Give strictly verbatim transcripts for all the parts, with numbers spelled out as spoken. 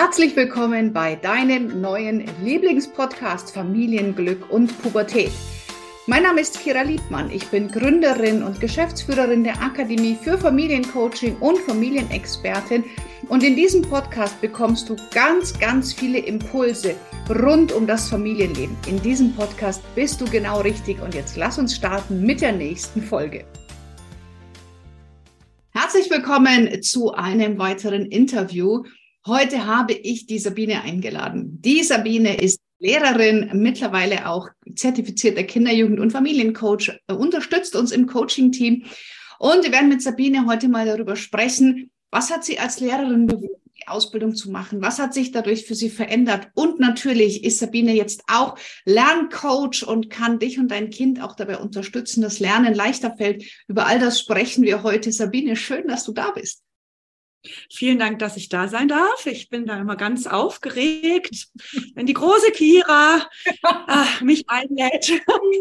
Herzlich willkommen bei deinem neuen Lieblingspodcast Familienglück und Pubertät. Mein Name ist Kira Liebmann. Ich bin Gründerin und Geschäftsführerin der Akademie für Familiencoaching und Familienexpertin. Und in diesem Podcast bekommst du ganz, ganz viele Impulse rund um das Familienleben. In diesem Podcast bist du genau richtig. Und jetzt lass uns starten mit der nächsten Folge. Herzlich willkommen zu einem weiteren Interview. Heute habe ich die Sabine eingeladen. Die Sabine ist Lehrerin, mittlerweile auch zertifizierter Kinder-, Jugend- und Familiencoach, unterstützt uns im Coaching-Team. Und wir werden mit Sabine heute mal darüber sprechen, was hat sie als Lehrerin bewogen, die Ausbildung zu machen? Was hat sich dadurch für sie verändert? Und natürlich ist Sabine jetzt auch Lerncoach und kann dich und dein Kind auch dabei unterstützen, dass Lernen leichter fällt. Über all das sprechen wir heute. Sabine, schön, dass du da bist. Vielen Dank, dass ich da sein darf. Ich bin da immer ganz aufgeregt, wenn die große Kira äh, mich einlädt.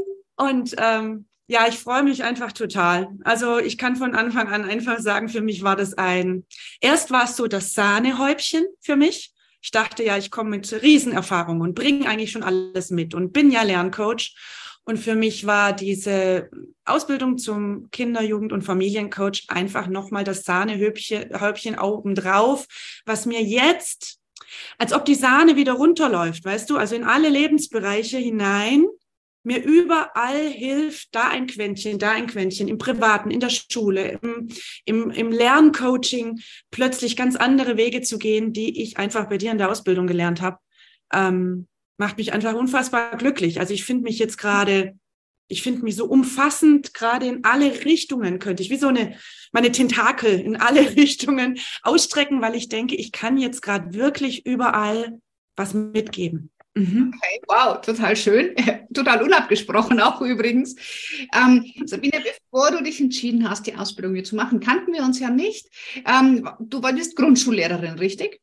Und ähm, ja, ich freue mich einfach total. Also ich kann von Anfang an einfach sagen, für mich war das ein, erst war es so das Sahnehäubchen für mich. Ich dachte ja, ich komme mit Riesenerfahrung und bringe eigentlich schon alles mit und bin ja Lerncoach. Und für mich war diese Ausbildung zum Kinder-, Jugend- und Familiencoach einfach nochmal das Sahnehäubchen Häubchen obendrauf, was mir jetzt, als ob die Sahne wieder runterläuft, weißt du, also in alle Lebensbereiche hinein, mir überall hilft, da ein Quäntchen, da ein Quäntchen, im Privaten, in der Schule, im, im, im Lerncoaching, plötzlich ganz andere Wege zu gehen, die ich einfach bei dir in der Ausbildung gelernt habe. Ähm, macht mich einfach unfassbar glücklich. Also ich finde mich jetzt gerade, ich finde mich so umfassend, gerade in alle Richtungen könnte ich, wie so eine, meine Tentakel in alle Richtungen ausstrecken, weil ich denke, ich kann jetzt gerade wirklich überall was mitgeben. Mhm. Okay, wow, total schön. Total unabgesprochen auch übrigens. Ähm, Sabine, bevor du dich entschieden hast, die Ausbildung hier zu machen, kannten wir uns ja nicht. Ähm, du warst Grundschullehrerin, richtig?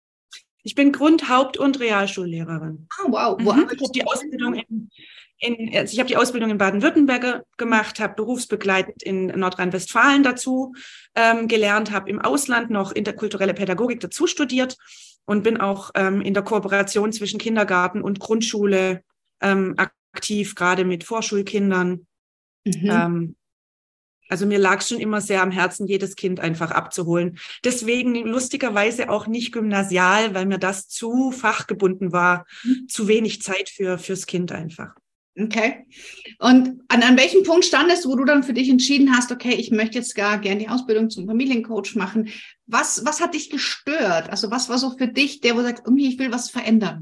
Ich bin Grund-, Haupt- und Realschullehrerin. Ah, wow. Wo mhm. Ich habe die Ausbildung in, in, also ich habe die Ausbildung in Baden-Württemberg gemacht, habe berufsbegleitend in Nordrhein-Westfalen dazu ähm, gelernt, habe im Ausland noch interkulturelle Pädagogik dazu studiert und bin auch ähm, in der Kooperation zwischen Kindergarten und Grundschule ähm, aktiv, gerade mit Vorschulkindern. Mhm. Ähm, Also mir lag schon immer sehr am Herzen, jedes Kind einfach abzuholen. Deswegen lustigerweise auch nicht gymnasial, weil mir das zu fachgebunden war, mhm. zu wenig Zeit für fürs Kind einfach. Okay. Und an, an welchem Punkt standest du, wo du dann für dich entschieden hast, okay, ich möchte jetzt gar gerne die Ausbildung zum Familiencoach machen. Was, was hat dich gestört? Also was war so für dich, der, wo du sagst, irgendwie, ich will was verändern?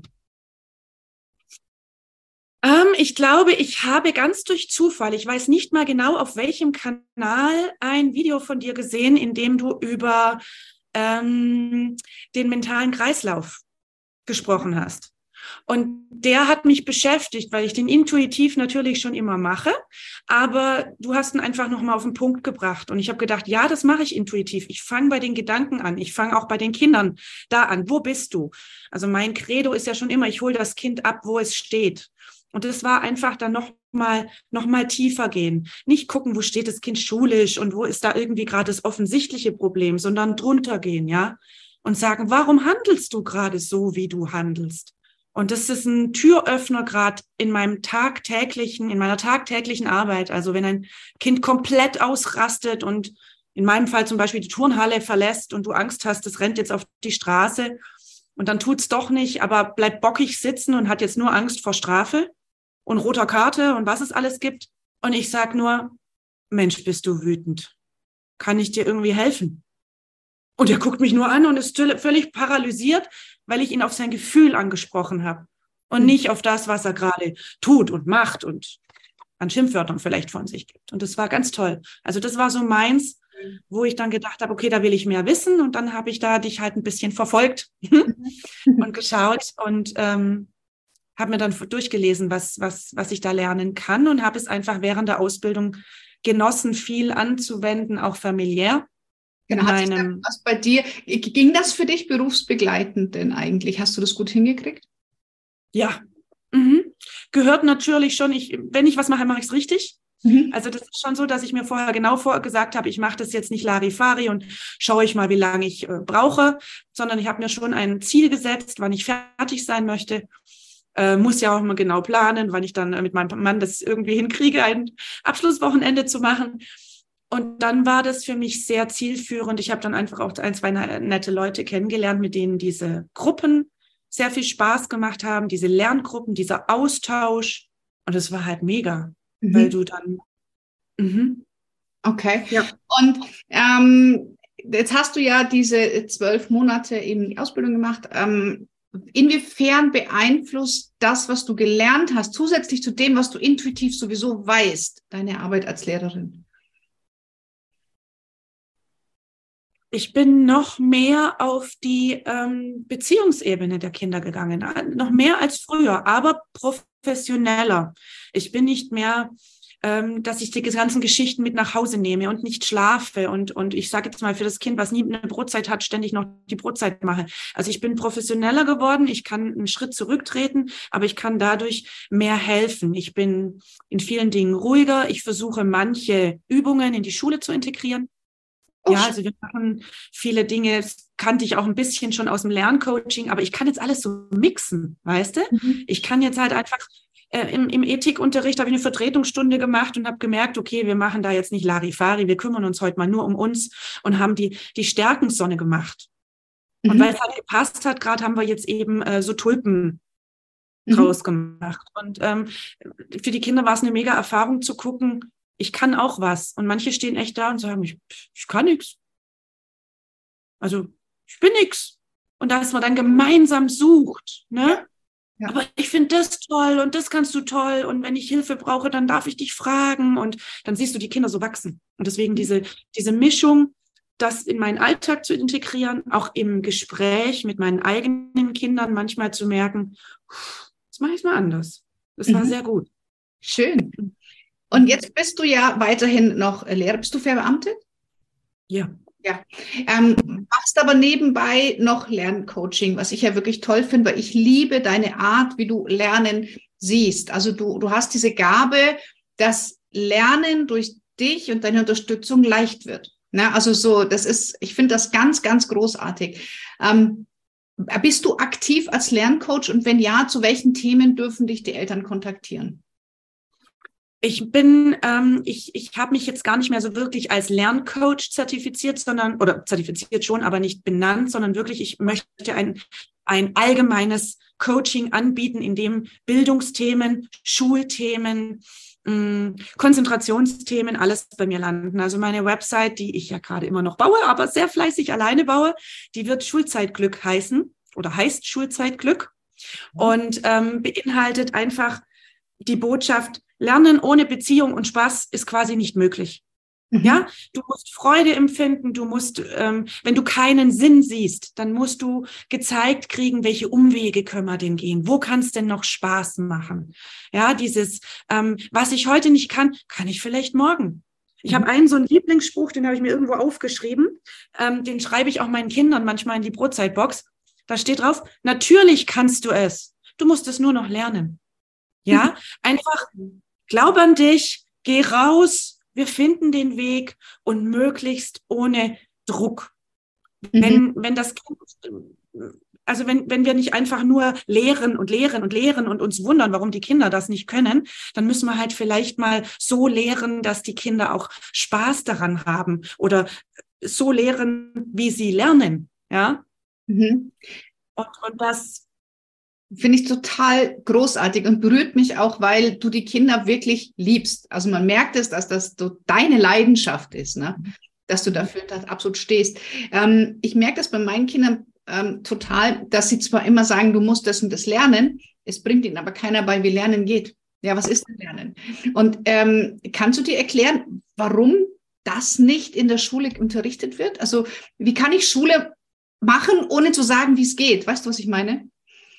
Ähm, ich glaube, ich habe ganz durch Zufall, ich weiß nicht mal genau, auf welchem Kanal, ein Video von dir gesehen, in dem du über ähm, den mentalen Kreislauf gesprochen hast. Und der hat mich beschäftigt, weil ich den intuitiv natürlich schon immer mache, aber du hast ihn einfach nochmal auf den Punkt gebracht. Und ich habe gedacht, ja, das mache ich intuitiv. Ich fange bei den Gedanken an. Ich fange auch bei den Kindern da an. Wo bist du? Also mein Credo ist ja schon immer, ich hole das Kind ab, wo es steht. Und es war einfach dann noch mal, noch mal tiefer gehen. Nicht gucken, wo steht das Kind schulisch und wo ist da irgendwie gerade das offensichtliche Problem, sondern drunter gehen, ja? Und sagen, warum handelst du gerade so, wie du handelst? Und das ist ein Türöffner gerade in meinem tagtäglichen, in meiner tagtäglichen Arbeit. Also wenn ein Kind komplett ausrastet und in meinem Fall zum Beispiel die Turnhalle verlässt und du Angst hast, das rennt jetzt auf die Straße und dann tut's doch nicht, aber bleibt bockig sitzen und hat jetzt nur Angst vor Strafe und roter Karte und was es alles gibt. Und ich sag nur, Mensch, bist du wütend? Kann ich dir irgendwie helfen? Und er guckt mich nur an und ist völlig paralysiert, weil ich ihn auf sein Gefühl angesprochen habe und nicht auf das, was er gerade tut und macht und an Schimpfwörtern vielleicht von sich gibt. Und das war ganz toll. Also das war so meins, wo ich dann gedacht habe, okay, da will ich mehr wissen. Und dann habe ich da dich halt ein bisschen verfolgt und geschaut und ähm, habe mir dann durchgelesen, was, was, was ich da lernen kann und habe es einfach während der Ausbildung genossen, viel anzuwenden, auch familiär. Genau, hat sich da was bei dir, ging das für dich berufsbegleitend denn eigentlich? Hast du das gut hingekriegt? Ja, mhm. Gehört natürlich schon, ich, wenn ich was mache, mache ich es richtig. Mhm. Also das ist schon so, dass ich mir vorher genau vorgesagt habe, ich mache das jetzt nicht Larifari und schaue ich mal, wie lange ich äh, brauche, sondern ich habe mir schon ein Ziel gesetzt, wann ich fertig sein möchte. Äh, muss ja auch mal genau planen, wann ich dann äh, mit meinem Mann das irgendwie hinkriege, ein Abschlusswochenende zu machen. Und dann war das für mich sehr zielführend. Ich habe dann einfach auch ein, zwei nette Leute kennengelernt, mit denen diese Gruppen sehr viel Spaß gemacht haben, diese Lerngruppen, dieser Austausch. Und es war halt mega, mhm. weil du dann... Mhm. Okay. Ja. Und ähm, jetzt hast du ja diese zwölf Monate eben die Ausbildung gemacht. Ähm, inwiefern beeinflusst das, was du gelernt hast, zusätzlich zu dem, was du intuitiv sowieso weißt, deine Arbeit als Lehrerin? Ich bin noch mehr auf die ähm, Beziehungsebene der Kinder gegangen, noch mehr als früher, aber professioneller. Ich bin nicht mehr, ähm, dass ich die ganzen Geschichten mit nach Hause nehme und nicht schlafe und, und ich sage jetzt mal für das Kind, was nie eine Brotzeit hat, ständig noch die Brotzeit mache. Also ich bin professioneller geworden, ich kann einen Schritt zurücktreten, aber ich kann dadurch mehr helfen. Ich bin in vielen Dingen ruhiger, ich versuche manche Übungen in die Schule zu integrieren. Ja, also wir machen viele Dinge, das kannte ich auch ein bisschen schon aus dem Lerncoaching, aber ich kann jetzt alles so mixen, weißt du? Mhm. Ich kann jetzt halt einfach, äh, im, im Ethikunterricht habe ich eine Vertretungsstunde gemacht und habe gemerkt, okay, wir machen da jetzt nicht Larifari, wir kümmern uns heute mal nur um uns und haben die, die Stärkensonne gemacht. Mhm. Und weil es halt gepasst hat, gerade haben wir jetzt eben äh, so Tulpen mhm. draus gemacht. Und ähm, für die Kinder war es eine mega Erfahrung zu gucken, ich kann auch was. Und manche stehen echt da und sagen, ich, ich kann nichts. Also, ich bin nichts. Und dass man dann gemeinsam sucht, ne? Ja. Ja. Aber ich finde das toll und das kannst du toll. Und wenn ich Hilfe brauche, dann darf ich dich fragen. Und dann siehst du die Kinder so wachsen. Und deswegen diese, diese Mischung, das in meinen Alltag zu integrieren, auch im Gespräch mit meinen eigenen Kindern manchmal zu merken, das mache ich mal anders. Das war mhm. sehr gut. Schön. Und jetzt bist du ja weiterhin noch Lehrer. Bist du verbeamtet? Ja. Ja. Ähm, machst aber nebenbei noch Lerncoaching, was ich ja wirklich toll finde, weil ich liebe deine Art, wie du Lernen siehst. Also du, du hast diese Gabe, dass Lernen durch dich und deine Unterstützung leicht wird. Ne? Also so, das ist, ich finde das ganz, ganz großartig. Ähm, bist du aktiv als Lerncoach und wenn ja, zu welchen Themen dürfen dich die Eltern kontaktieren? Ich bin, ähm, ich, ich habe mich jetzt gar nicht mehr so wirklich als Lerncoach zertifiziert, sondern, oder zertifiziert schon, aber nicht benannt, sondern wirklich, ich möchte ein, ein allgemeines Coaching anbieten, in dem Bildungsthemen, Schulthemen, mh, Konzentrationsthemen, alles bei mir landen. Also meine Website, die ich ja gerade immer noch baue, aber sehr fleißig alleine baue, die wird Schulzeitglück heißen oder heißt Schulzeitglück und ähm, beinhaltet einfach die Botschaft, Lernen ohne Beziehung und Spaß ist quasi nicht möglich. Mhm. Ja, du musst Freude empfinden, du musst, ähm, wenn du keinen Sinn siehst, dann musst du gezeigt kriegen, welche Umwege können wir denn gehen, wo kann es denn noch Spaß machen? Ja, dieses, ähm, was ich heute nicht kann, kann ich vielleicht morgen. Ich mhm. habe einen so einen Lieblingsspruch, den habe ich mir irgendwo aufgeschrieben, ähm, den schreibe ich auch meinen Kindern manchmal in die Brotzeitbox. Da steht drauf, natürlich kannst du es, du musst es nur noch lernen. Ja, einfach glaub an dich, geh raus, wir finden den Weg und möglichst ohne Druck. Mhm. Wenn, wenn das, also wenn, wenn wir nicht einfach nur lehren und lehren und lehren und uns wundern, warum die Kinder das nicht können, dann müssen wir halt vielleicht mal so lehren, dass die Kinder auch Spaß daran haben oder so lehren, wie sie lernen. Ja. Mhm. Und, und das finde ich total großartig und berührt mich auch, weil du die Kinder wirklich liebst. Also man merkt es, dass das so deine Leidenschaft ist, ne? Dass du dafür absolut stehst. Ähm, ich merke das bei meinen Kindern ähm, total, dass sie zwar immer sagen, du musst das und das lernen, es bringt ihnen aber keiner bei, wie Lernen geht. Ja, was ist denn Lernen? Und ähm, kannst du dir erklären, warum das nicht in der Schule unterrichtet wird? Also wie kann ich Schule machen, ohne zu sagen, wie es geht? Weißt du, was ich meine?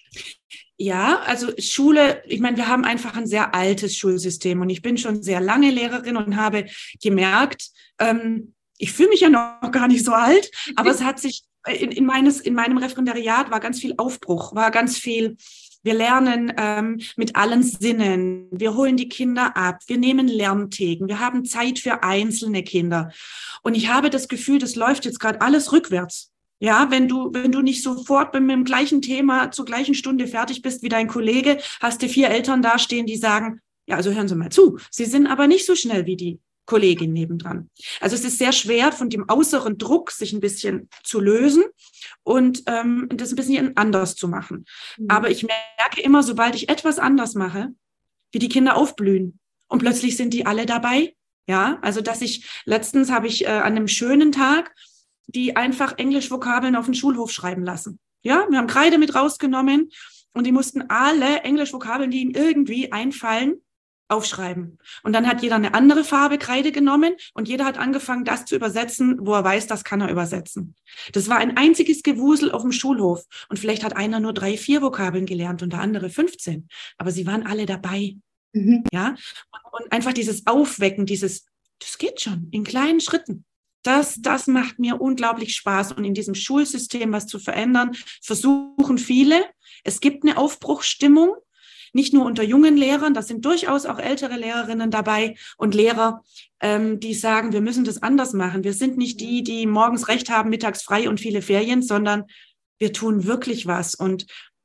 Ja, also Schule, ich meine, wir haben einfach ein sehr altes Schulsystem und ich bin schon sehr lange Lehrerin und habe gemerkt, ähm, ich fühle mich ja noch gar nicht so alt, aber es hat sich in, in, meines, in meinem Referendariat war ganz viel Aufbruch, war ganz viel, Wir lernen ähm, mit allen Sinnen. Wir holen die Kinder ab. Wir nehmen Lerntheken. Wir haben Zeit für einzelne Kinder. Und ich habe das Gefühl, das läuft jetzt gerade alles rückwärts. Ja, wenn du, wenn du nicht sofort mit dem gleichen Thema zur gleichen Stunde fertig bist wie dein Kollege, hast du vier Eltern dastehen, die sagen, ja, also hören Sie mal zu. Sie sind aber nicht so schnell wie die Kollegin nebendran. Also es ist sehr schwer, von dem äußeren Druck sich ein bisschen zu lösen und ähm, das ein bisschen anders zu machen. Mhm. Aber ich merke immer, sobald ich etwas anders mache, wie die Kinder aufblühen und plötzlich sind die alle dabei. Ja, also dass ich, letztens habe ich äh, an einem schönen Tag die einfach Englischvokabeln auf den Schulhof schreiben lassen. Ja, wir haben Kreide mit rausgenommen und die mussten alle Englischvokabeln, die ihnen irgendwie einfallen, aufschreiben. Und dann hat jeder eine andere Farbe Kreide genommen und jeder hat angefangen, das zu übersetzen, wo er weiß, das kann er übersetzen. Das war ein einziges Gewusel auf dem Schulhof. Und vielleicht hat einer nur drei, vier Vokabeln gelernt und der andere fünfzehn. Aber sie waren alle dabei. Mhm. Ja, und, und einfach dieses Aufwecken, dieses, das geht schon, in kleinen Schritten. Das, das macht mir unglaublich Spaß. Und in diesem Schulsystem was zu verändern, versuchen viele. Es gibt eine Aufbruchsstimmung. Nicht nur unter jungen Lehrern, da sind durchaus auch ältere Lehrerinnen dabei und Lehrer, ähm, die sagen, wir müssen das anders machen. Wir sind nicht die, die morgens Recht haben, mittags frei und viele Ferien, sondern wir tun wirklich was. Und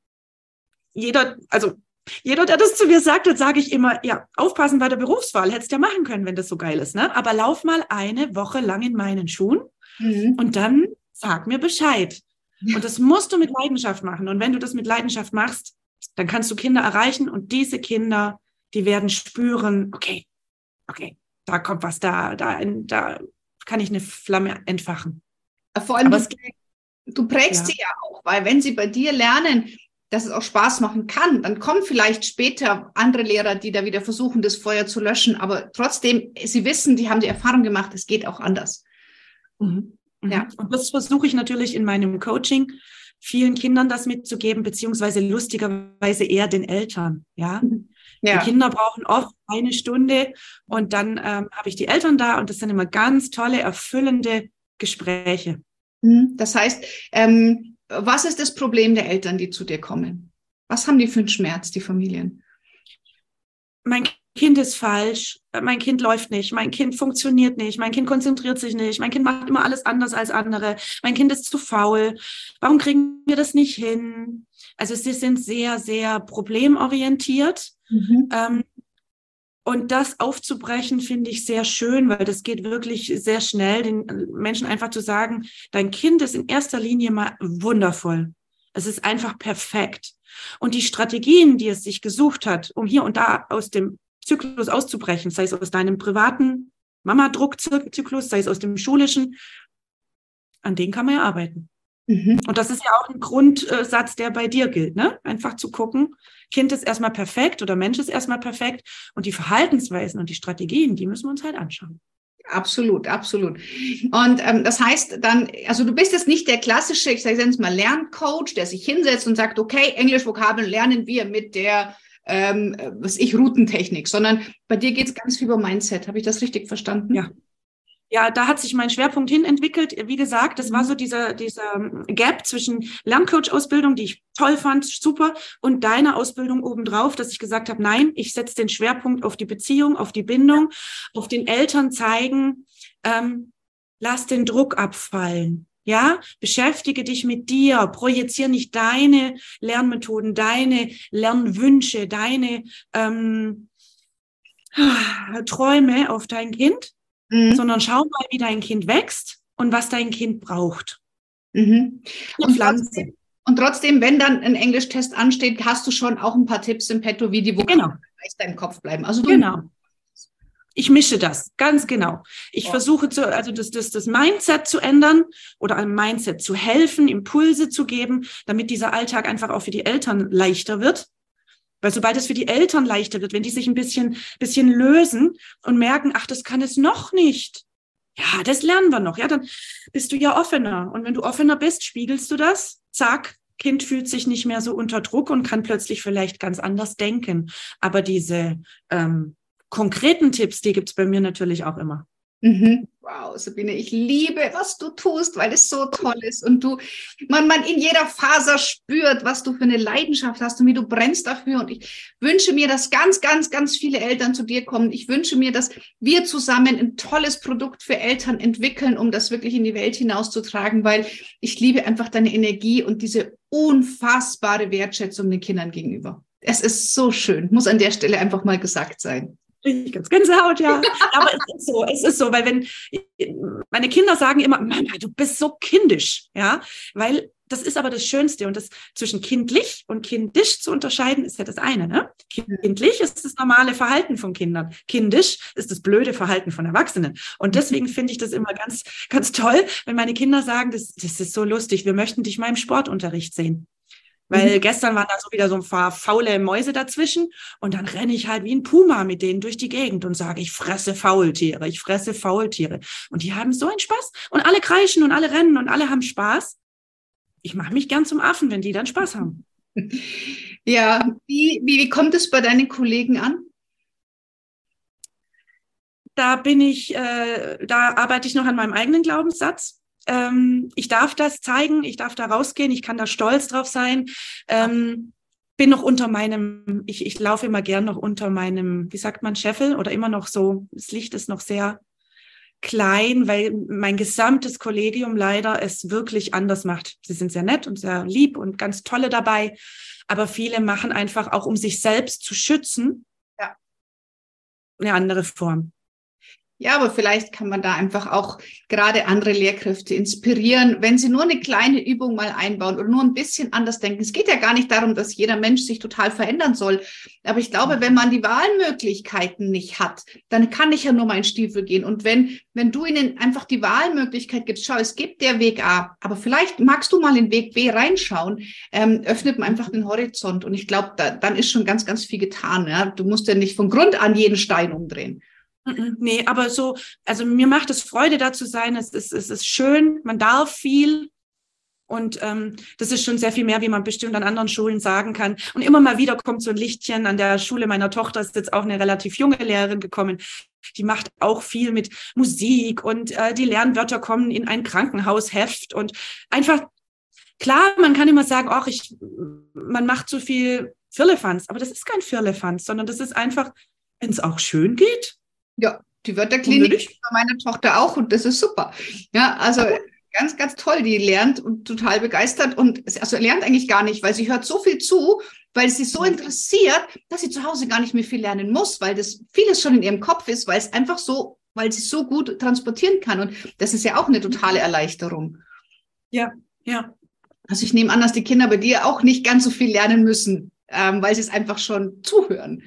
jeder, also jeder, der das zu mir sagt, dann sage ich immer, ja, aufpassen bei der Berufswahl, hättest du ja machen können, wenn das so geil ist, ne? Aber lauf mal eine Woche lang in meinen Schuhen mhm. und dann sag mir Bescheid. Und das musst du mit Leidenschaft machen. Und wenn du das mit Leidenschaft machst, dann kannst du Kinder erreichen und diese Kinder, die werden spüren, okay, okay, da kommt was, da, da, da kann ich eine Flamme entfachen. Vor allem, du, du prägst ja. sie ja auch, weil wenn sie bei dir lernen, dass es auch Spaß machen kann, dann kommen vielleicht später andere Lehrer, die da wieder versuchen, das Feuer zu löschen, aber trotzdem, sie wissen, die haben die Erfahrung gemacht, es geht auch anders. Mhm. Ja. Und das versuche ich natürlich in meinem Coaching, vielen Kindern das mitzugeben, beziehungsweise lustigerweise eher den Eltern. Ja, ja. Die Kinder brauchen oft eine Stunde und dann ähm, habe ich die Eltern da und das sind immer ganz tolle, erfüllende Gespräche. Das heißt, ähm, was ist das Problem der Eltern, die zu dir kommen? Was haben die für einen Schmerz, die Familien? Mein Kind ist falsch, mein Kind läuft nicht, mein Kind funktioniert nicht, mein Kind konzentriert sich nicht, mein Kind macht immer alles anders als andere, mein Kind ist zu faul, warum kriegen wir das nicht hin? Also sie sind sehr, sehr problemorientiert. Mhm. Ähm, und das aufzubrechen, finde ich sehr schön, weil das geht wirklich sehr schnell, den Menschen einfach zu sagen, dein Kind ist in erster Linie mal wundervoll. Es ist einfach perfekt. Und die Strategien, die es sich gesucht hat, um hier und da aus dem Zyklus auszubrechen, sei es aus deinem privaten Mama-Druck-Zyklus, sei es aus dem schulischen, an denen kann man ja arbeiten. Mhm. Und das ist ja auch ein Grundsatz, der bei dir gilt, ne? Einfach zu gucken, Kind ist erstmal perfekt oder Mensch ist erstmal perfekt und die Verhaltensweisen und die Strategien, die müssen wir uns halt anschauen. Absolut, absolut. Und ähm, das heißt dann, also du bist jetzt nicht der klassische, ich sage jetzt mal Lerncoach, der sich hinsetzt und sagt, okay, Englisch-Vokabeln lernen wir mit der, ähm, was ich, Routentechnik, sondern bei dir geht es ganz viel über Mindset. Habe ich das richtig verstanden? Ja. Ja, da hat sich mein Schwerpunkt hin entwickelt. Wie gesagt, das war so dieser, dieser Gap zwischen Lerncoach-Ausbildung, die ich toll fand, super, und deiner Ausbildung obendrauf, dass ich gesagt habe, nein, ich setze den Schwerpunkt auf die Beziehung, auf die Bindung, auf den Eltern zeigen, ähm, lass den Druck abfallen. Ja, beschäftige dich mit dir, projiziere nicht deine Lernmethoden, deine Lernwünsche, deine ähm, Träume auf dein Kind. Mhm. Sondern schau mal, wie dein Kind wächst und was dein Kind braucht. Mhm. Und, trotzdem, und trotzdem, wenn dann ein Englischtest ansteht, hast du schon auch ein paar Tipps im Petto, wie die Vokabeln genau. leicht im Kopf bleiben. Also du genau. Ich mische das, ganz genau. Ich oh. versuche zu, also das, das, das Mindset zu ändern oder einem Mindset zu helfen, Impulse zu geben, damit dieser Alltag einfach auch für die Eltern leichter wird. Weil sobald es für die Eltern leichter wird, wenn die sich ein bisschen, bisschen lösen und merken, ach, das kann es noch nicht. Ja, das lernen wir noch. Ja, dann bist du ja offener. Und wenn du offener bist, spiegelst du das. Zack, Kind fühlt sich nicht mehr so unter Druck und kann plötzlich vielleicht ganz anders denken. Aber diese ähm, konkreten Tipps, die gibt's bei mir natürlich auch immer. Mhm. Wow, Sabine, ich liebe, was du tust, weil es so toll ist und du, man, man in jeder Faser spürt, was du für eine Leidenschaft hast und wie du brennst dafür. Und ich wünsche mir, dass ganz, ganz, ganz viele Eltern zu dir kommen. Ich wünsche mir, dass wir zusammen ein tolles Produkt für Eltern entwickeln, um das wirklich in die Welt hinauszutragen, weil ich liebe einfach deine Energie und diese unfassbare Wertschätzung den Kindern gegenüber. Es ist so schön, muss an der Stelle einfach mal gesagt sein. Ich ganz Gänsehaut, ja. Aber es ist so, es ist so, weil wenn meine Kinder sagen immer, Mama, du bist so kindisch, ja, weil das ist aber das Schönste und das zwischen kindlich und kindisch zu unterscheiden ist ja das eine, ne? Kindlich ist das normale Verhalten von Kindern, kindisch ist das blöde Verhalten von Erwachsenen und deswegen finde ich das immer ganz, ganz toll, wenn meine Kinder sagen, das, das ist so lustig, wir möchten dich mal im Sportunterricht sehen. Weil mhm. gestern waren da so wieder so ein paar faule Mäuse dazwischen und dann renne ich halt wie ein Puma mit denen durch die Gegend und sage, ich fresse Faultiere, ich fresse Faultiere. Und die haben so einen Spaß und alle kreischen und alle rennen und alle haben Spaß. Ich mache mich gern zum Affen, wenn die dann Spaß haben. Ja, wie, wie, wie kommt es bei deinen Kollegen an? Da bin ich, äh, da arbeite ich noch an meinem eigenen Glaubenssatz. Ähm, ich darf das zeigen, ich darf da rausgehen, ich kann da stolz drauf sein. Ähm, bin noch unter meinem, ich, ich laufe immer gern noch unter meinem, wie sagt man, Scheffel oder immer noch so, das Licht ist noch sehr klein, weil mein gesamtes Kollegium leider es wirklich anders macht. Sie sind sehr nett und sehr lieb und ganz tolle dabei, aber viele machen einfach auch, um sich selbst zu schützen, ja, eine andere Form. Ja, aber vielleicht kann man da einfach auch gerade andere Lehrkräfte inspirieren, wenn sie nur eine kleine Übung mal einbauen oder nur ein bisschen anders denken. Es geht ja gar nicht darum, dass jeder Mensch sich total verändern soll. Aber ich glaube, wenn man die Wahlmöglichkeiten nicht hat, dann kann ich ja nur meinen Stiefel gehen. Und wenn, wenn du ihnen einfach die Wahlmöglichkeit gibst, schau, es gibt der Weg A, aber vielleicht magst du mal in Weg B reinschauen, ähm, öffnet man einfach den Horizont. Und ich glaube, da, dann ist schon ganz, ganz viel getan. Ja? Du musst ja nicht von Grund an jeden Stein umdrehen. Nee, aber so, also mir macht es Freude, da zu sein. Es ist, es ist schön, man darf viel. Und ähm, das ist schon sehr viel mehr, wie man bestimmt an anderen Schulen sagen kann. Und immer mal wieder kommt so ein Lichtchen. An der Schule meiner Tochter ist jetzt auch eine relativ junge Lehrerin gekommen. Die macht auch viel mit Musik und äh, die Lernwörter kommen in ein Krankenhausheft. Und einfach, klar, man kann immer sagen, ach, ich, man macht so viel Firlefanz. Aber das ist kein Firlefanz, sondern das ist einfach, wenn es auch schön geht. Ja, die Wörterklinik ist bei meiner Tochter auch und das ist super. Ja, also ganz, ganz toll. Die lernt und total begeistert und also lernt eigentlich gar nicht, weil sie hört so viel zu, weil sie so interessiert, dass sie zu Hause gar nicht mehr viel lernen muss, weil das vieles schon in ihrem Kopf ist, weil es einfach so, weil sie es so gut transportieren kann und das ist ja auch eine totale Erleichterung. Ja, ja. Also ich nehme an, dass die Kinder bei dir auch nicht ganz so viel lernen müssen, ähm, weil sie es einfach schon zuhören.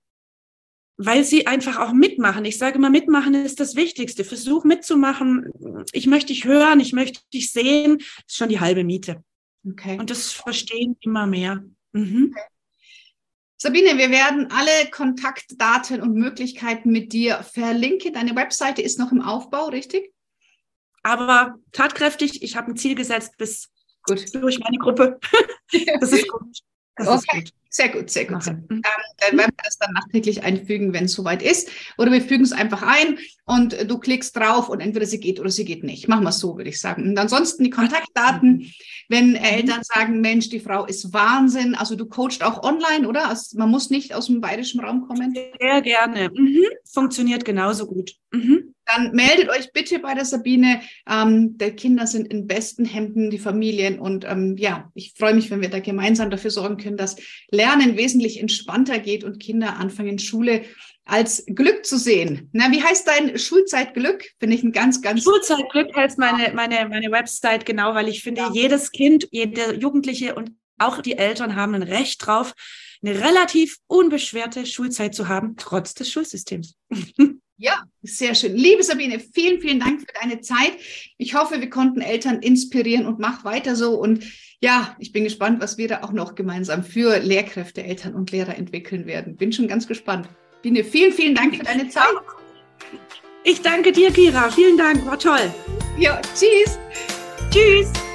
Weil sie einfach auch mitmachen. Ich sage immer, mitmachen ist das Wichtigste. Versuch mitzumachen. Ich möchte dich hören, ich möchte dich sehen. Das ist schon die halbe Miete. Okay. Und das verstehen immer mehr. Mhm. Okay. Sabine, wir werden alle Kontaktdaten und Möglichkeiten mit dir verlinken. Deine Webseite ist noch im Aufbau, richtig? Aber tatkräftig. Ich habe ein Ziel gesetzt bis gut. Durch meine Gruppe. Das ist gut. Das okay. ist gut. Sehr gut, sehr gut. Ähm, dann werden wir das dann nachträglich einfügen, wenn es soweit ist. Oder wir fügen es einfach ein und du klickst drauf und entweder sie geht oder sie geht nicht. Machen wir es so, würde ich sagen. Und ansonsten die Kontaktdaten, wenn Eltern sagen, Mensch, die Frau ist Wahnsinn. Also du coachst auch online, oder? Also man muss nicht aus dem bayerischen Raum kommen. Sehr gerne. Mhm. Funktioniert genauso gut. Mhm. Dann meldet euch bitte bei der Sabine. Ähm, die Kinder sind in besten Händen, die Familien. Und ähm, ja, ich freue mich, wenn wir da gemeinsam dafür sorgen können, dass Lernen wesentlich entspannter geht und Kinder anfangen, Schule als Glück zu sehen. Na, wie heißt dein Schulzeitglück? Finde ich ein ganz, ganz... Schulzeitglück heißt meine, meine, meine Website, genau, weil ich finde, ja. jedes Kind, jede Jugendliche und auch die Eltern haben ein Recht drauf, eine relativ unbeschwerte Schulzeit zu haben, trotz des Schulsystems. Ja, sehr schön. Liebe Sabine, vielen, vielen Dank für deine Zeit. Ich hoffe, wir konnten Eltern inspirieren und mach weiter so. Und ja, ich bin gespannt, was wir da auch noch gemeinsam für Lehrkräfte, Eltern und Lehrer entwickeln werden. Bin schon ganz gespannt. Sabine, vielen, vielen Dank für deine Zeit. Ich danke dir, Kira. Vielen Dank, war toll. Ja, tschüss. Tschüss.